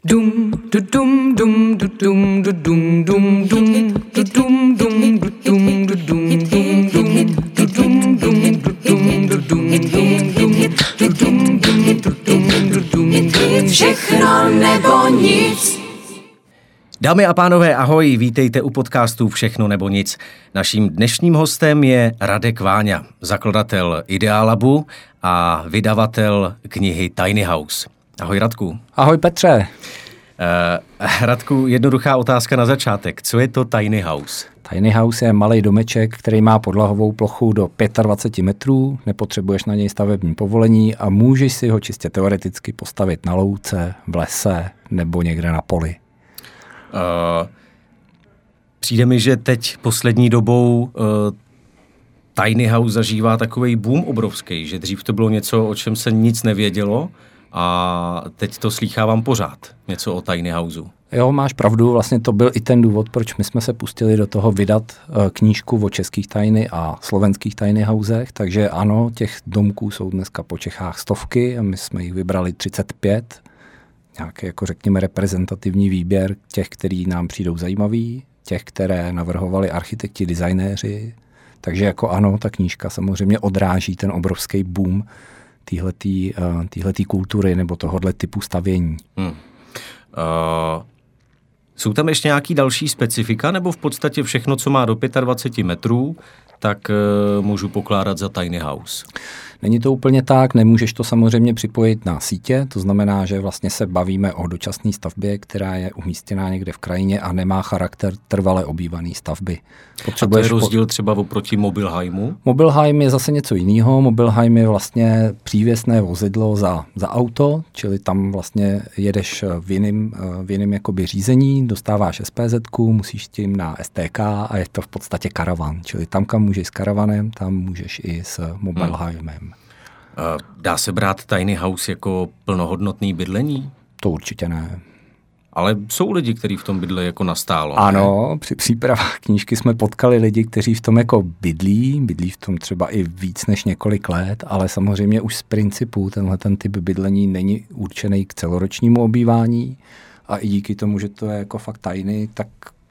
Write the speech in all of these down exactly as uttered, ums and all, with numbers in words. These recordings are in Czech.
Dum du dum dum du dum du dum dum dum du dum dum du dum du dum dum dum du dum dum du dum du dum dum dum du dum dum du dum du dum dum všechno nebo nic. Dámy a pánové, ahoj, vítejte u podcastu Všechno nebo nic. Naším dnešním hostem je Radek Váňa, zakladatel Idealabu a vydavatel knihy Tiny House. Ahoj Radku. Ahoj Petře. Uh, Radku, jednoduchá otázka na začátek. Co je to Tiny House? Tiny House je malý domeček, který má podlahovou plochu do dvacet pět metrů, nepotřebuješ na něj stavební povolení a můžeš si ho čistě teoreticky postavit na louce, v lese nebo někde na poli. Uh, přijde mi, že teď poslední dobou uh, Tiny House zažívá takovej boom obrovský, že dřív to bylo něco, o čem se nic nevědělo a teď to slýchávám pořád, něco o Tiny Houseu. Jo, máš pravdu, vlastně to byl i ten důvod, proč my jsme se pustili do toho vydat uh, knížku o českých tiny a slovenských tiny housech, takže ano, těch domků jsou dneska po Čechách stovky a my jsme jich vybrali třicet pět. Nějaký, jako řekněme, reprezentativní výběr těch, který nám přijdou zajímavý, těch, které navrhovali architekti, designéři. Takže jako ano, ta knížka samozřejmě odráží ten obrovský boom téhletý, uh, téhletý kultury nebo tohohle typu stavění. Hmm. Uh, jsou tam ještě nějaký další specifika, nebo v podstatě všechno, co má do dvacet pět metrů, tak uh, můžu pokládat za Tiny House? Není to úplně tak, nemůžeš to samozřejmě připojit na sítě, to znamená, že vlastně se bavíme o dočasné stavbě, která je umístěná někde v krajině a nemá charakter trvale obývané stavby. Potřebuješ a to je rozdíl po... třeba oproti Mobilheimu? Mobilheim je zase něco jiného. Mobilheim je vlastně přívěsné vozidlo za, za auto, čili tam vlastně jedeš v jiném, v jiném jakoby řízení, dostáváš es pé zetku, musíš tím na es té ká a je to v podstatě karavan, čili tam, kam můžeš s karavanem, tam můžeš i s Mobilheimem. Hmm. Dá se brát Tiny House jako plnohodnotný bydlení? To určitě ne. Ale jsou lidi, kteří v tom bydlí jako nastálo. Ano, ne? Při přípravách knížky jsme potkali lidi, kteří v tom jako bydlí, bydlí v tom třeba i víc než několik let, ale samozřejmě už z principu tenhle ten typ bydlení není určený k celoročnímu obývání a i díky tomu, že to je jako fakt tiny, tak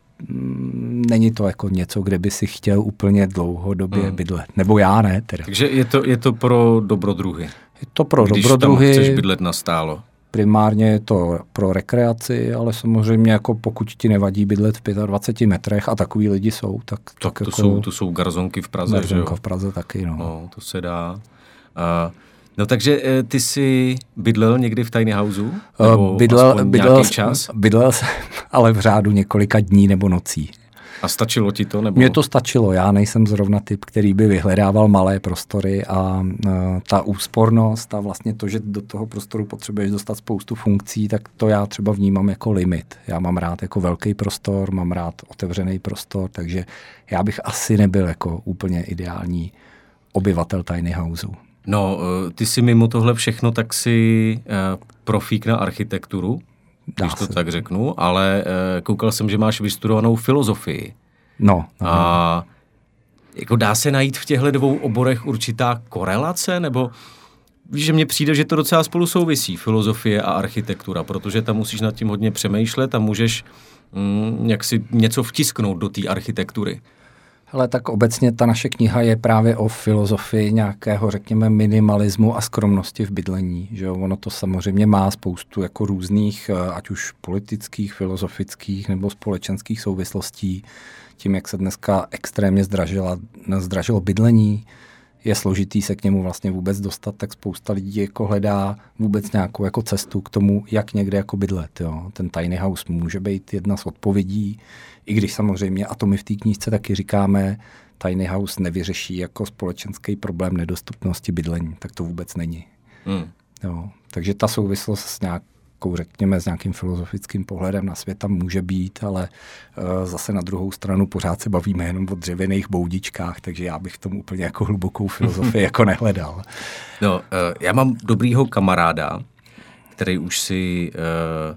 není to jako něco, kde by si chtěl úplně dlouhodobě hmm. bydlet. Nebo já ne. Teda. Takže je to, je to pro dobrodruhy. Je to pro Když dobrodruhy. Když tam chceš bydlet nastálo. Primárně je to pro rekreaci, ale samozřejmě jako pokud ti nevadí bydlet v dvaceti pěti metrech a takový lidi jsou, tak... Tak, tak to, jako jsou, to jsou garzonky v Praze, garzonka že jo? v Praze taky, no. No, to se dá. Uh, no takže ty jsi bydlel někdy v Tiny Houseu? Nebo bydlel, bydlel, čas? Bydlel jsem, ale v řádu několika dní nebo nocí. A stačilo ti to? Nebo? Mně to stačilo, já nejsem zrovna typ, který by vyhledával malé prostory a uh, ta úspornost a vlastně to, že do toho prostoru potřebuješ dostat spoustu funkcí, tak to já třeba vnímám jako limit. Já mám rád jako velký prostor, mám rád otevřený prostor, takže já bych asi nebyl jako úplně ideální obyvatel Tiny Houseu. No, ty si mimo tohle všechno, tak si uh, profík na architekturu, Dá když to se. tak řeknu, ale uh, koukal jsem, že máš vystudovanou filozofii. No. A jako dá se najít v těchto dvou oborech určitá korelace, nebo víš, že mně přijde, že to docela spolu souvisí, filozofie a architektura, protože tam musíš nad tím hodně přemýšlet a můžeš mm, jak si něco vtisknout do té architektury. Ale tak obecně ta naše kniha je právě o filozofii nějakého, řekněme, minimalismu a skromnosti v bydlení. Že jo? Ono to samozřejmě má spoustu jako různých, ať už politických, filozofických nebo společenských souvislostí. Tím, jak se dneska extrémně zdražila, zdražilo bydlení, je složitý se k němu vlastně vůbec dostat, tak spousta lidí jako hledá vůbec nějakou jako cestu k tomu, jak někde jako bydlet. Jo? Ten Tiny House může být jedna z odpovědí, i když samozřejmě, a to my v té knížce taky říkáme, Tiny House nevyřeší jako společenský problém nedostupnosti bydlení, tak to vůbec není. Hmm. Jo? Takže ta souvislost s nějakou, řekněme, s nějakým filozofickým pohledem na svět tam může být, ale uh, zase na druhou stranu pořád se bavíme jenom o dřevěných boudičkách, takže já bych v tom úplně jako hlubokou filozofii jako nehledal. No, uh, já mám dobrýho kamaráda, který už si uh,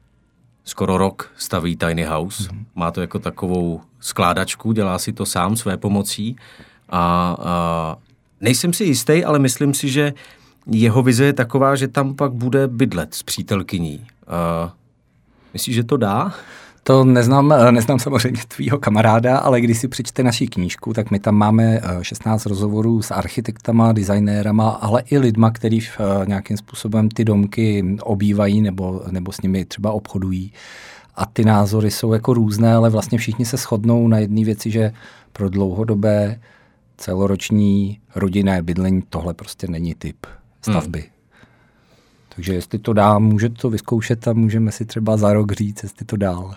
skoro rok staví Tiny House. Mm-hmm. Má to jako takovou skládačku, dělá si to sám své pomocí a uh, nejsem si jistý, ale myslím si, že jeho vize je taková, že tam pak bude bydlet s přítelkyní. Uh, Myslíš, že to dá? To neznám, neznám samozřejmě tvýho kamaráda, ale když si přečte naši knížku, tak my tam máme šestnáct rozhovorů s architektama, designérama, ale i lidma, kteří nějakým způsobem ty domky obývají nebo, nebo s nimi třeba obchodují. A ty názory jsou jako různé, ale vlastně všichni se shodnou na jedné věci, že pro dlouhodobé celoroční rodinné bydlení tohle prostě není typ stavby. Hmm. Takže jestli to dá, může to vyzkoušet a můžeme si třeba za rok říct, jestli to dál.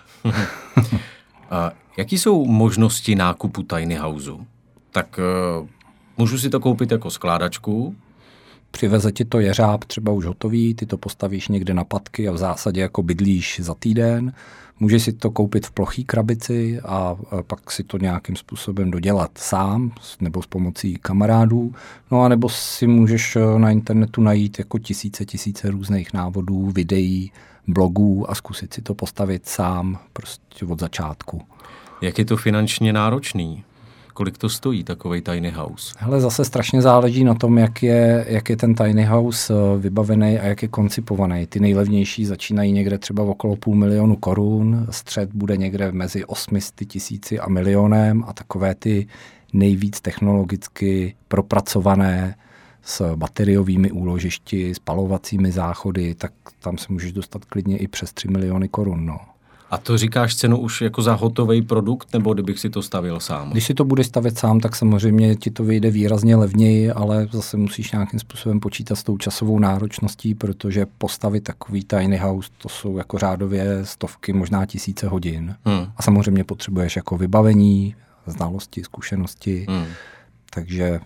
A jaký jsou možnosti nákupu tiny houseu? Tak uh, můžu si to koupit jako skládačku? Přiveze ti to jeřáb třeba už hotový, ty to postavíš někde na patky a v zásadě jako bydlíš za týden. Můžeš si to koupit v plochý krabici a pak si to nějakým způsobem dodělat sám nebo s pomocí kamarádů. No a nebo si můžeš na internetu najít jako tisíce, tisíce různých návodů, videí, blogů a zkusit si to postavit sám prostě od začátku. Jak je to finančně náročný? Kolik to stojí, takovej tiny house? Hele, zase strašně záleží na tom, jak je, jak je ten tiny house vybavený a jak je koncipovaný. Ty nejlevnější začínají někde třeba okolo půl milionu korun, střed bude někde mezi osmi sty tisíci a milionem a takové ty nejvíc technologicky propracované s bateriovými úložišti, spalovacími záchody, tak tam se můžeš dostat klidně i přes tři miliony korun, no. A to říkáš cenu už jako za hotový produkt, nebo kdybych si to stavil sám? Když si to budeš stavět sám, tak samozřejmě ti to vyjde výrazně levněji, ale zase musíš nějakým způsobem počítat s tou časovou náročností, protože postavit takový tiny house, to jsou jako řádově stovky, možná tisíce hodin. Hmm. A samozřejmě potřebuješ jako vybavení, znalosti, zkušenosti, hmm. takže...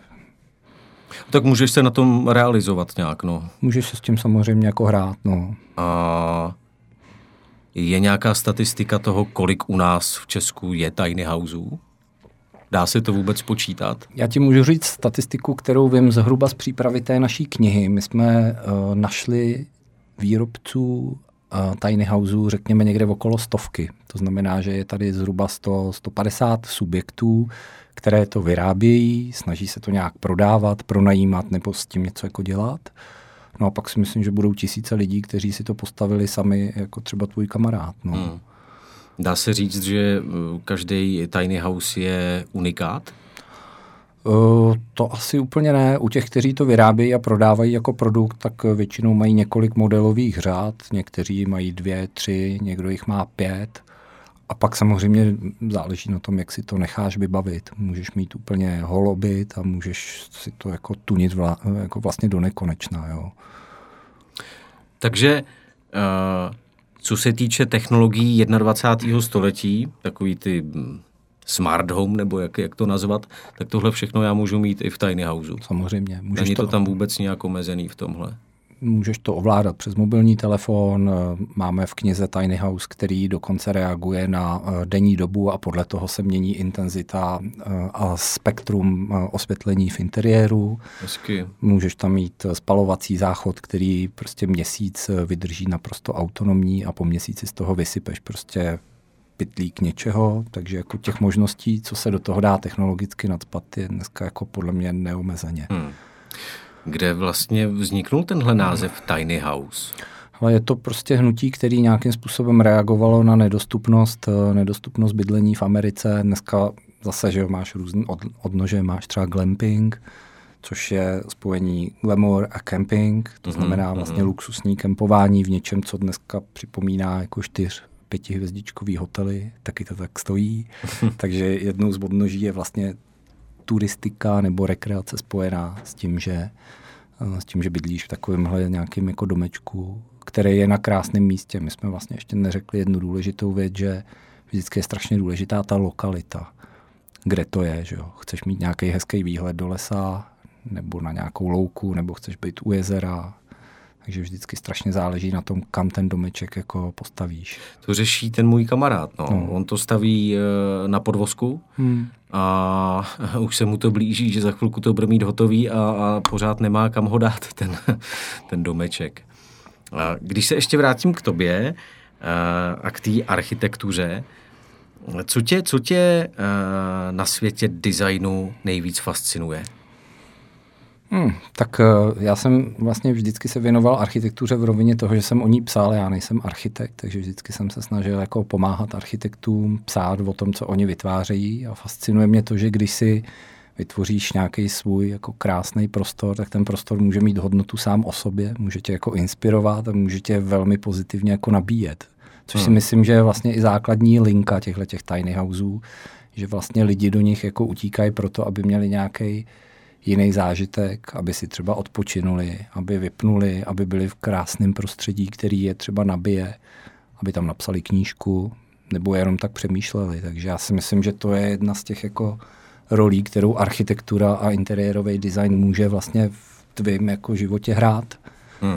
Tak můžeš se na tom realizovat nějak, no. Můžeš se s tím samozřejmě jako hrát, no. A... Je nějaká statistika toho, kolik u nás v Česku je tiny houseů? Dá se to vůbec počítat? Já ti můžu říct statistiku, kterou vím zhruba z přípravy té naší knihy. My jsme uh, našli výrobců uh, tiny houseů, řekněme někde okolo stovky. To znamená, že je tady zhruba sto, sto padesát subjektů, které to vyrábějí, snaží se to nějak prodávat, pronajímat nebo s tím něco jako dělat. No a pak si myslím, že budou tisíce lidí, kteří si to postavili sami, jako třeba tvůj kamarád. No. Hmm. Dá se říct, že každý tiny house je unikát? Uh, to asi úplně ne. U těch, kteří to vyrábějí a prodávají jako produkt, tak většinou mají několik modelových řád. Někteří mají dvě, tři, někdo jich má pět. A pak samozřejmě záleží na tom, jak si to necháš vybavit. Můžeš mít úplně holobyt a můžeš si to jako tunit vla, jako vlastně do nekonečna. Jo. Takže uh, co se týče technologií dvacátého prvního století, takový ty smart home, nebo jak, jak to nazvat, tak tohle všechno já můžu mít i v tiny houseu. Samozřejmě. Není to, to tam vůbec nějak omezený v tomhle? Můžeš to ovládat přes mobilní telefon, máme v knize Tiny House, který dokonce reaguje na denní dobu a podle toho se mění intenzita a spektrum osvětlení v interiéru. Hezky. Můžeš tam mít spalovací záchod, který prostě měsíc vydrží naprosto autonomní a po měsíci z toho vysypeš prostě pytlík něčeho, takže jako těch možností, co se do toho dá technologicky nacpat, je dneska jako podle mě neomezeně. Hmm. Kde vlastně vzniknul tenhle název Tiny House? Ale je to prostě hnutí, který nějakým způsobem reagovalo na nedostupnost, nedostupnost bydlení v Americe. Dneska zase, že máš různý od, odnože, máš třeba glamping, což je spojení glamour a camping, to znamená mm-hmm. vlastně luxusní kempování v něčem, co dneska připomíná jako čtyř, pětihvězdičkový hotely, taky to tak stojí. Takže jednou z odnoží je vlastně turistika nebo rekreace spojená s tím, že, s tím, že bydlíš v takovémhle nějakém jako domečku, který je na krásném místě. My jsme vlastně ještě neřekli jednu důležitou věc, že vždycky je strašně důležitá ta lokalita, kde to je. Že jo? Chceš mít nějaký hezký výhled do lesa nebo na nějakou louku, nebo chceš být u jezera. Takže vždycky strašně záleží na tom, kam ten domeček jako postavíš. To řeší ten můj kamarád. No. No. On to staví e, na podvozku hmm. a už se mu to blíží, že za chvilku to bude mít hotový a, a pořád nemá kam ho dát ten, ten domeček. A když se ještě vrátím k tobě a, a k té architektuře, co tě, co tě a, na světě designu nejvíc fascinuje? Hmm, tak já jsem vlastně vždycky se věnoval architektuře v rovině toho, že jsem o ní psal, já nejsem architekt, takže vždycky jsem se snažil jako pomáhat architektům, psát o tom, co oni vytvářejí a fascinuje mě to, že když si vytvoříš nějaký svůj jako krásný prostor, tak ten prostor může mít hodnotu sám o sobě, může tě jako inspirovat a může tě velmi pozitivně jako nabíjet. Což hmm. si myslím, že je vlastně i základní linka těchto těch tiny houseů, že vlastně lidi do nich jako utíkají proto, aby měli nějaký jiný zážitek, aby si třeba odpočinuli, aby vypnuli, aby byli v krásném prostředí, který je třeba nabije, aby tam napsali knížku, nebo jenom tak přemýšleli. Takže já si myslím, že to je jedna z těch jako rolí, kterou architektura a interiérový design může vlastně v tvém jako životě hrát. Hmm.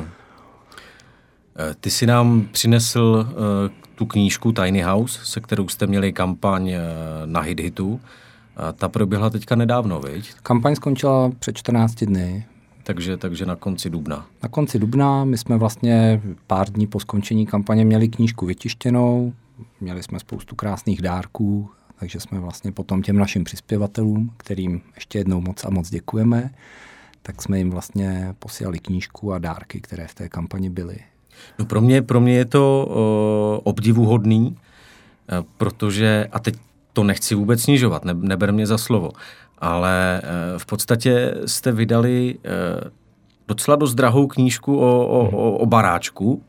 Ty jsi nám přinesl uh, tu knížku Tiny House, se kterou jste měli kampaň uh, na HitHitu. Uh, ta proběhla teďka nedávno, viď? Kampaň skončila před čtrnácti dny. Takže, takže na konci dubna. Na konci dubna. My jsme vlastně pár dní po skončení kampaně měli knížku vytištěnou, měli jsme spoustu krásných dárků, takže jsme vlastně potom těm našim přispěvatelům, kterým ještě jednou moc a moc děkujeme, tak jsme jim vlastně posílali knížku a dárky, které v té kampani byly. No pro mě, pro mě je to uh, obdivuhodný, uh, protože, a teď to nechci vůbec snižovat, ne, neber mě za slovo, ale uh, v podstatě jste vydali uh, docela dost drahou knížku o, o, o, o baráčku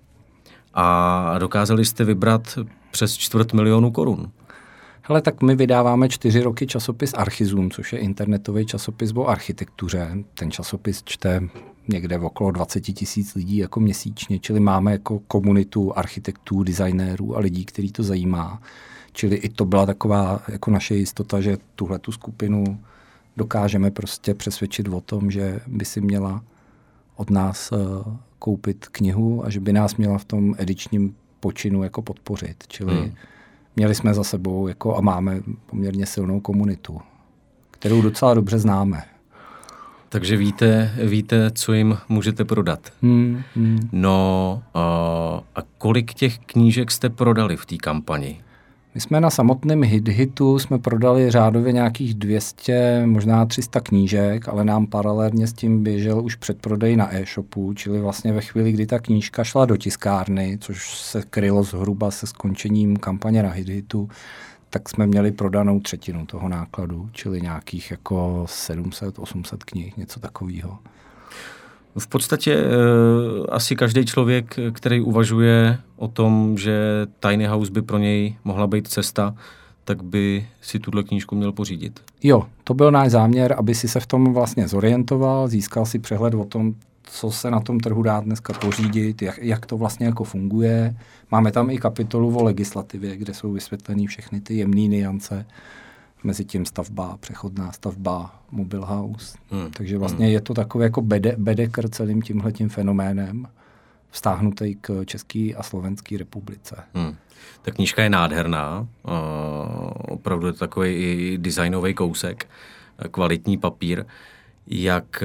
a dokázali jste vybrat přes čtvrt milionu korun. Hele, tak my vydáváme čtyři roky časopis Archizum, což je internetový časopis o architektuře. Ten časopis čte někde okolo dvacet tisíc lidí jako měsíčně, čili máme jako komunitu architektů, designérů a lidí, který to zajímá. Čili i to byla taková jako naše jistota, že tuhle tu skupinu dokážeme prostě přesvědčit o tom, že by si měla od nás uh, koupit knihu a že by nás měla v tom edičním počinu jako podpořit. Čili hmm. měli jsme za sebou jako a máme poměrně silnou komunitu, kterou docela dobře známe. Takže víte, víte, co jim můžete prodat. Hmm, hmm. No a, a kolik těch knížek jste prodali v té kampani? My jsme na samotném HitHitu jsme prodali řádově nějakých dvě stě, možná tři sta knížek, ale nám paralelně s tím běžel už předprodej na e-shopu, čili vlastně ve chvíli, kdy ta knížka šla do tiskárny, což se krylo zhruba se skončením kampaně na HitHitu, tak jsme měli prodanou třetinu toho nákladu, čili nějakých jako sedm set osm set knih, něco takového. V podstatě e, asi každý člověk, který uvažuje o tom, že Tiny House by pro něj mohla být cesta, tak by si tuhle knížku měl pořídit. Jo, to byl náš záměr, aby si se v tom vlastně zorientoval, získal si přehled o tom, co se na tom trhu dá dneska pořídit, jak, jak to vlastně jako funguje. Máme tam i kapitolu o legislativě, kde jsou vysvětleny všechny ty jemné niance. Mezi tím stavba, přechodná stavba, mobile house. Hmm. Takže vlastně hmm. je to takový jako bede, bedekr celým tímhletím fenoménem vztáhnutý k České a Slovenské republice. Hmm. Ta knížka je nádherná. Uh, opravdu je to takový i designový kousek. Kvalitní papír. Jak,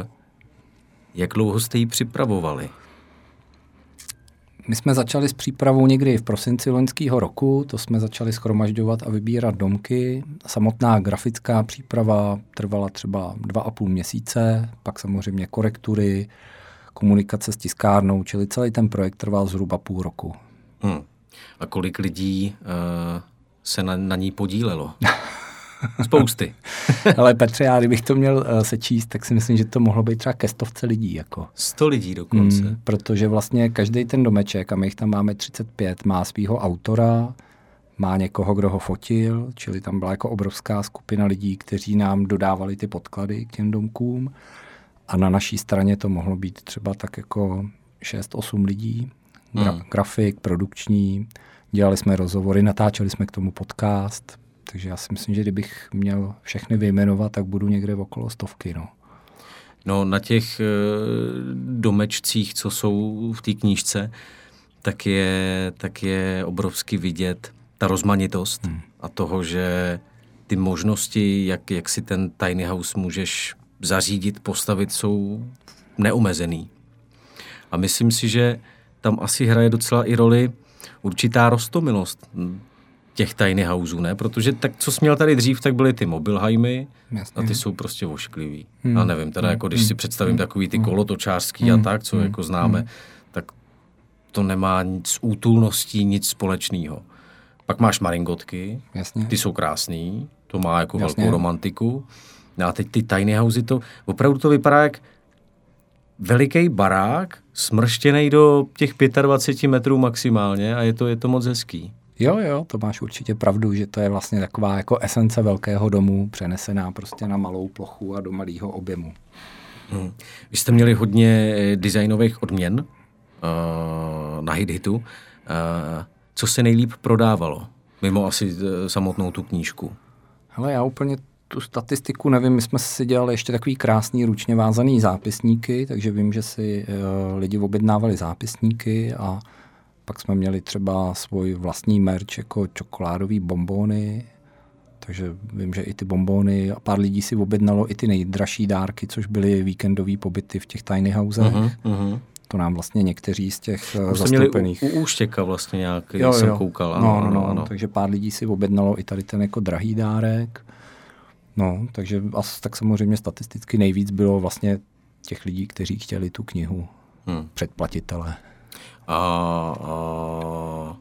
jak dlouho jste ji připravovali? My jsme začali s přípravou někdy v prosinci loňského roku, to jsme začali shromažďovat a vybírat domky. Samotná grafická příprava trvala třeba dva a půl měsíce, pak samozřejmě korektury, komunikace s tiskárnou, čili celý ten projekt trval zhruba půl roku. Hmm. A kolik lidí uh, se na, na ní podílelo? Spousty. Ale Petře, já kdybych to měl uh, sečíst, tak si myslím, že to mohlo být třeba ke stovce lidí. Jako. Sto lidí dokonce. Mm, protože vlastně každý ten domeček, a my jich tam máme třicet pět, má svýho autora, má někoho, kdo ho fotil, čili tam byla jako obrovská skupina lidí, kteří nám dodávali ty podklady k těm domkům. A na naší straně to mohlo být třeba tak jako šest osm lidí. Gra- mm. Grafik, produkční, dělali jsme rozhovory, natáčeli jsme k tomu podcast. Takže já si myslím, že kdybych měl všechny vyjmenovat, tak budu někde okolo stovky. No, no na těch e, domečcích, co jsou v té knížce, tak je, tak je obrovsky vidět ta rozmanitost hmm. a toho, že ty možnosti, jak, jak si ten tiny house můžeš zařídit, postavit, jsou neomezený. A myslím si, že tam asi hraje docela i roli určitá roztomilost těch tiny houseů, ne? Protože tak, co jsi měl tady dřív, tak byly ty mobilhajmy a ty jsou prostě ošklivý. Hmm. A nevím, teda jako když si představím takový ty kolotočářský hmm. a tak, co hmm. jako známe, hmm. tak to nemá nic s útulností, nic společného. Pak máš maringotky, jasně. Ty jsou krásný, to má jako jasně. velkou romantiku. A teď ty tiny housey, to opravdu to vypadá jak veliký barák, smrštěnej do těch dvacet pět metrů maximálně a je to, je to moc hezký. Jo, jo, to máš určitě pravdu, že to je vlastně taková jako esence velkého domu, přenesená prostě na malou plochu a do malého objemu. Hmm. Vy jste měli hodně designových odměn uh, na HitHitu. Uh, co se nejlíp prodávalo? Mimo asi uh, samotnou tu knížku. Hele, já úplně tu statistiku nevím, my jsme si dělali ještě takový krásný ručně vázaný zápisníky, takže vím, že si uh, lidi objednávali zápisníky a pak jsme měli třeba svůj vlastní merch jako čokoládový bonbóny, takže vím, že i ty bonbóny a pár lidí si objednalo i ty nejdražší dárky, což byly víkendový pobyty v těch tiny housech. Uh-huh, uh-huh. To nám vlastně někteří z těch uh, zastoupených... Měli u, u Úštěka vlastně nějaký, jo, jsem jo. koukal. Ano, no, no, no, no. Takže pár lidí si objednalo i tady ten jako drahý dárek. No, takže as, tak samozřejmě statisticky nejvíc bylo vlastně těch lidí, kteří chtěli tu knihu, hmm. předplatitelé. A, a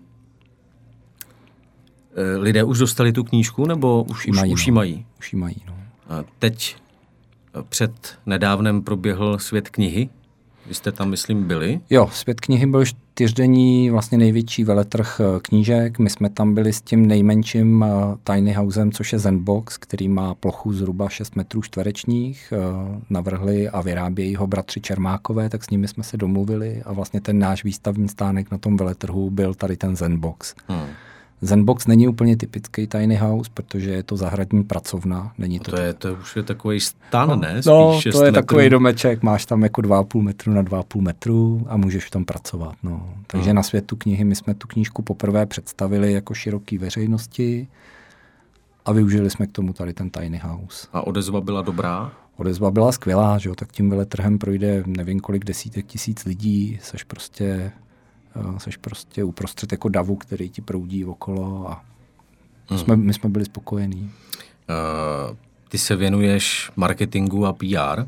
lidé už dostali tu knížku, nebo už, už, mají, už ji mají? Už ji mají, no. A teď před nedávnem proběhl Svět knihy. Vy jste tam, myslím, byli? Jo, Svět knihy byl čtyřdenní vlastně největší veletrh knížek. My jsme tam byli s tím nejmenším tiny housem, což je Zenbox, který má plochu zhruba šest metrů čtverečních. Navrhli a vyrábějí ho bratři Čermákové, tak s nimi jsme se domluvili a vlastně ten náš výstavní stánek na tom veletrhu byl tady ten Zenbox. Hmm. Zenbox není úplně typický tiny house, protože je to zahradní pracovna. Není to, to, je, to už je takový stan, no, ne? Spíš no, šest to je metrů. Takový domeček, máš tam jako dva a půl metru na dva a půl metru a můžeš v tom pracovat. No. Takže hmm. na Světu knihy my jsme tu knížku poprvé představili jako široký veřejnosti a využili jsme k tomu tady ten tiny house. A odezva byla dobrá? Odezva byla skvělá, že jo? Tak tím veletrhem projde nevím kolik desítek tisíc lidí, seš prostě... Seš prostě uprostřed jako davu, který ti proudí okolo a hmm. jsme, my jsme byli spokojení. Uh, ty se věnuješ marketingu a P R. Uh,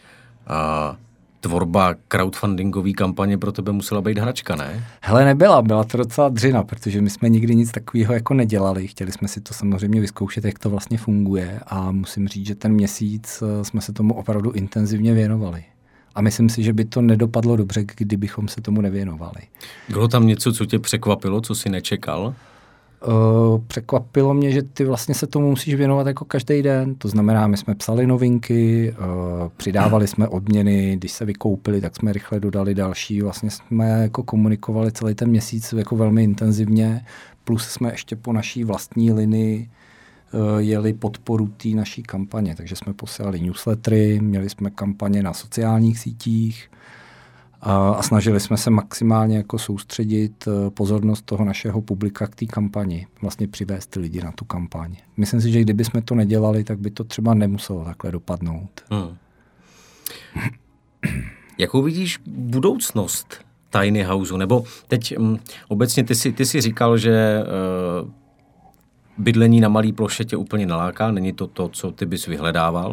tvorba crowdfundingové kampaně pro tebe musela být hračka, ne? Hele, nebyla, byla to docela dřina, protože my jsme nikdy nic takového jako nedělali. Chtěli jsme si to samozřejmě vyzkoušet, jak to vlastně funguje a musím říct, že ten měsíc jsme se tomu opravdu intenzivně věnovali. A myslím si, že by to nedopadlo dobře, kdybychom se tomu nevěnovali. Bylo tam něco, co tě překvapilo, co jsi nečekal? Uh, překvapilo mě, že ty vlastně se tomu musíš věnovat jako každý den. To znamená, my jsme psali novinky, uh, přidávali jsme odměny, když se vykoupili, tak jsme rychle dodali další. Vlastně jsme jako komunikovali celý ten měsíc jako velmi intenzivně. Plus jsme ještě po naší vlastní linii jeli podporu té naší kampaně, takže jsme posílali newslettery, měli jsme kampaně na sociálních sítích a, a snažili jsme se maximálně jako soustředit pozornost toho našeho publika k té kampani, vlastně přivést ty lidi na tu kampaň. Myslím si, že kdyby jsme to nedělali, tak by to třeba nemuselo takhle dopadnout. Hmm. Jakou vidíš budoucnost tiny houseu? Nebo teď um, obecně ty si, ty si říkal, že uh, bydlení na malý ploše tě úplně naláká, není to to, co ty bys vyhledával, uh,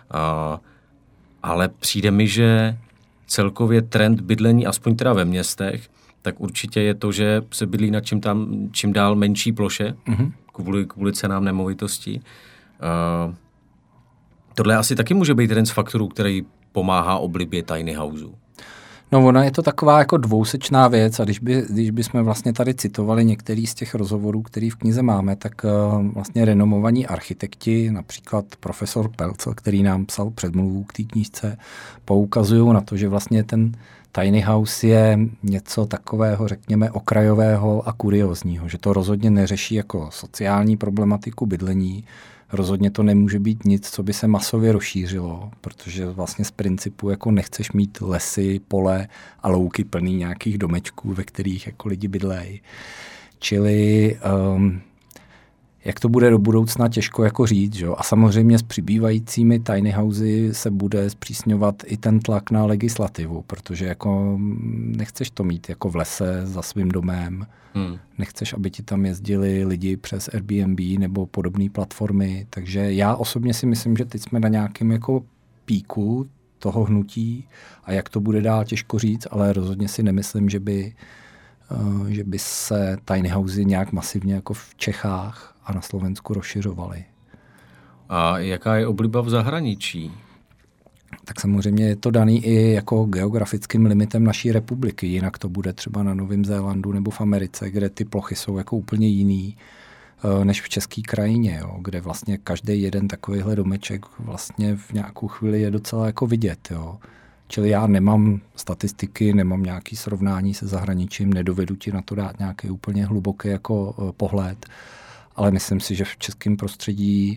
ale přijde mi, že celkově trend bydlení, aspoň teda ve městech, tak určitě je to, že se bydlí na čím, tam, čím dál menší ploše, mm-hmm. kvůli, kvůli cenám nemovitostí. Uh, tohle asi taky může být jeden z faktorů, který pomáhá oblibě tiny houseu. No ona je to taková jako dvousečná věc a když, by, když bychom vlastně tady citovali některý z těch rozhovorů, který v knize máme, tak uh, vlastně renomovaní architekti, například profesor Pelcel, který nám psal předmluvu k té knížce, poukazují na to, že vlastně ten tiny house je něco takového, řekněme, okrajového a kuriózního, že to rozhodně neřeší jako sociální problematiku bydlení, rozhodně to nemůže být nic, co by se masově rozšířilo, protože vlastně z principu jako nechceš mít lesy, pole a louky plný nějakých domečků, ve kterých jako lidi bydlejí. Čili um, Jak to bude do budoucna, těžko jako říct. Že? A samozřejmě s přibývajícími tiny housey se bude zpřísňovat i ten tlak na legislativu, protože jako nechceš to mít jako v lese za svým domem. Hmm. Nechceš, aby ti tam jezdili lidi přes Airbnb nebo podobné platformy. Takže já osobně si myslím, že teď jsme na nějakém jako píku toho hnutí a jak to bude dál, těžko říct, ale rozhodně si nemyslím, že by, uh, že by se tiny housey nějak masivně jako v Čechách a na Slovensku rozšiřovaly. A jaká je obliba v zahraničí? Tak samozřejmě je to daný i jako geografickým limitem naší republiky. Jinak to bude třeba na Novém Zélandu nebo v Americe, kde ty plochy jsou jako úplně jiný než v české krajině, jo, kde vlastně každý jeden takovýhle domeček vlastně v nějakou chvíli je docela jako vidět. Jo. Čili já nemám statistiky, nemám nějaký srovnání se zahraničím, nedovedu ti na to dát nějaký úplně hluboký jako pohled, ale myslím si, že v českém prostředí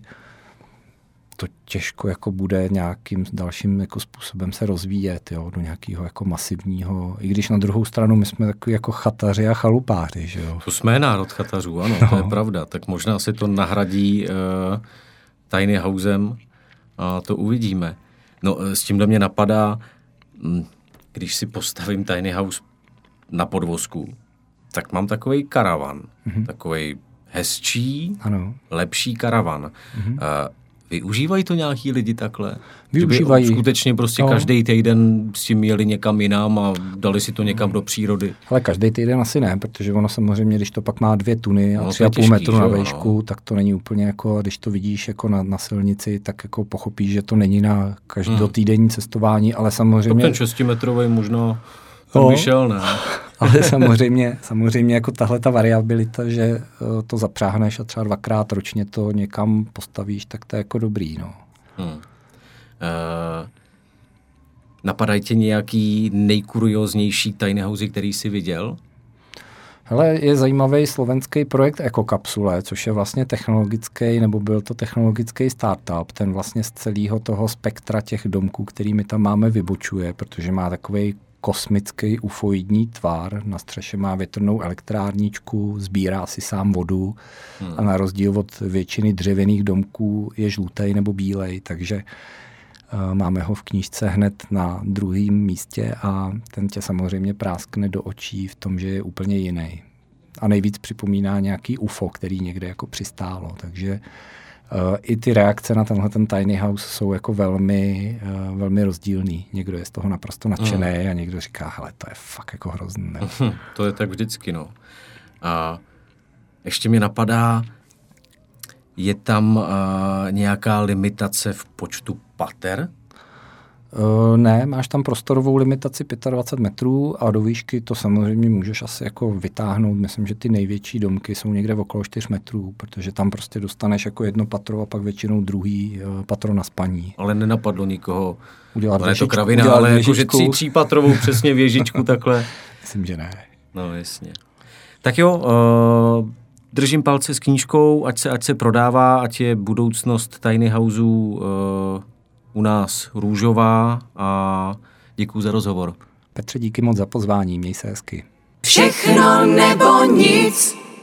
to těžko jako bude nějakým dalším jako způsobem se rozvíjet, jo, do nějakého jako masivního, i když na druhou stranu my jsme takový jako chataři a chalupáři, že jo. To jsme národ chatařů, ano, no. To je pravda, tak možná si to nahradí uh, tiny housem a to uvidíme. No s tímhle mě napadá, když si postavím tiny house na podvozku, tak mám takovej karavan, mm-hmm. takovej hezčí, ano. lepší karavan. Mm-hmm. Uh, Využívají to nějaký lidi takhle? Využívají. Kdyby skutečně prostě no. každý týden s tím jeli někam jinam a dali si to někam do přírody. Ale každý týden asi ne, protože ono samozřejmě, když to pak má dvě tuny a no, tři a půl metru na výšku, no. tak to není úplně jako, když to vidíš jako na, na silnici, tak jako pochopíš, že to není na každotýdenní cestování, ale samozřejmě... To ten šestimetrový možná no. vyšel, ne? Ale samozřejmě, samozřejmě jako tahle ta variabilita, že to zapřáhneš a třeba dvakrát ročně to někam postavíš, tak to je jako dobrý, no. Hmm. Uh, napadají tě nějaký nejkurioznější tiny housey, který jsi viděl? Hele, je zajímavý slovenský projekt Ekokapsule, což je vlastně technologický, nebo byl to technologický startup, ten vlastně z celého toho spektra těch domků, který my tam máme, vybočuje, protože má takovej kosmický ufoidní tvar, na střeše má větrnou elektrárničku, sbírá si sám vodu hmm. a na rozdíl od většiny dřevěných domků je žlutej nebo bílej, takže uh, máme ho v knížce hned na druhém místě a ten tě samozřejmě práskne do očí v tom, že je úplně jiný. A nejvíc připomíná nějaký U F O, který někde jako přistálo, takže Uh, i ty reakce na tenhle ten tiny house jsou jako velmi, uh, velmi rozdílný. Někdo je z toho naprosto nadšený mm. a někdo říká, hele, to je fakt jako hrozný. Mm, to je tak vždycky, no. A ještě mi napadá, je tam uh, nějaká limitace v počtu pater? Uh, ne, máš tam prostorovou limitaci dvacet pět metrů a do výšky to samozřejmě můžeš asi jako vytáhnout. Myslím, že ty největší domky jsou někde okolo čtyři metrů, protože tam prostě dostaneš jako jedno patro a pak většinou druhý uh, patro na spaní. Ale nenapadlo nikoho, udělat ale věžičku, je to kravina, ale jakože tří, třípatrovou přesně věžičku takhle. Myslím, že ne. No jasně. Tak jo, uh, držím palce s knížkou, ať se, ať se prodává, ať je budoucnost tiny houseů uh, u nás růžová a děkuju za rozhovor. Petře, díky moc za pozvání, měj se hezky. Všechno nebo nic.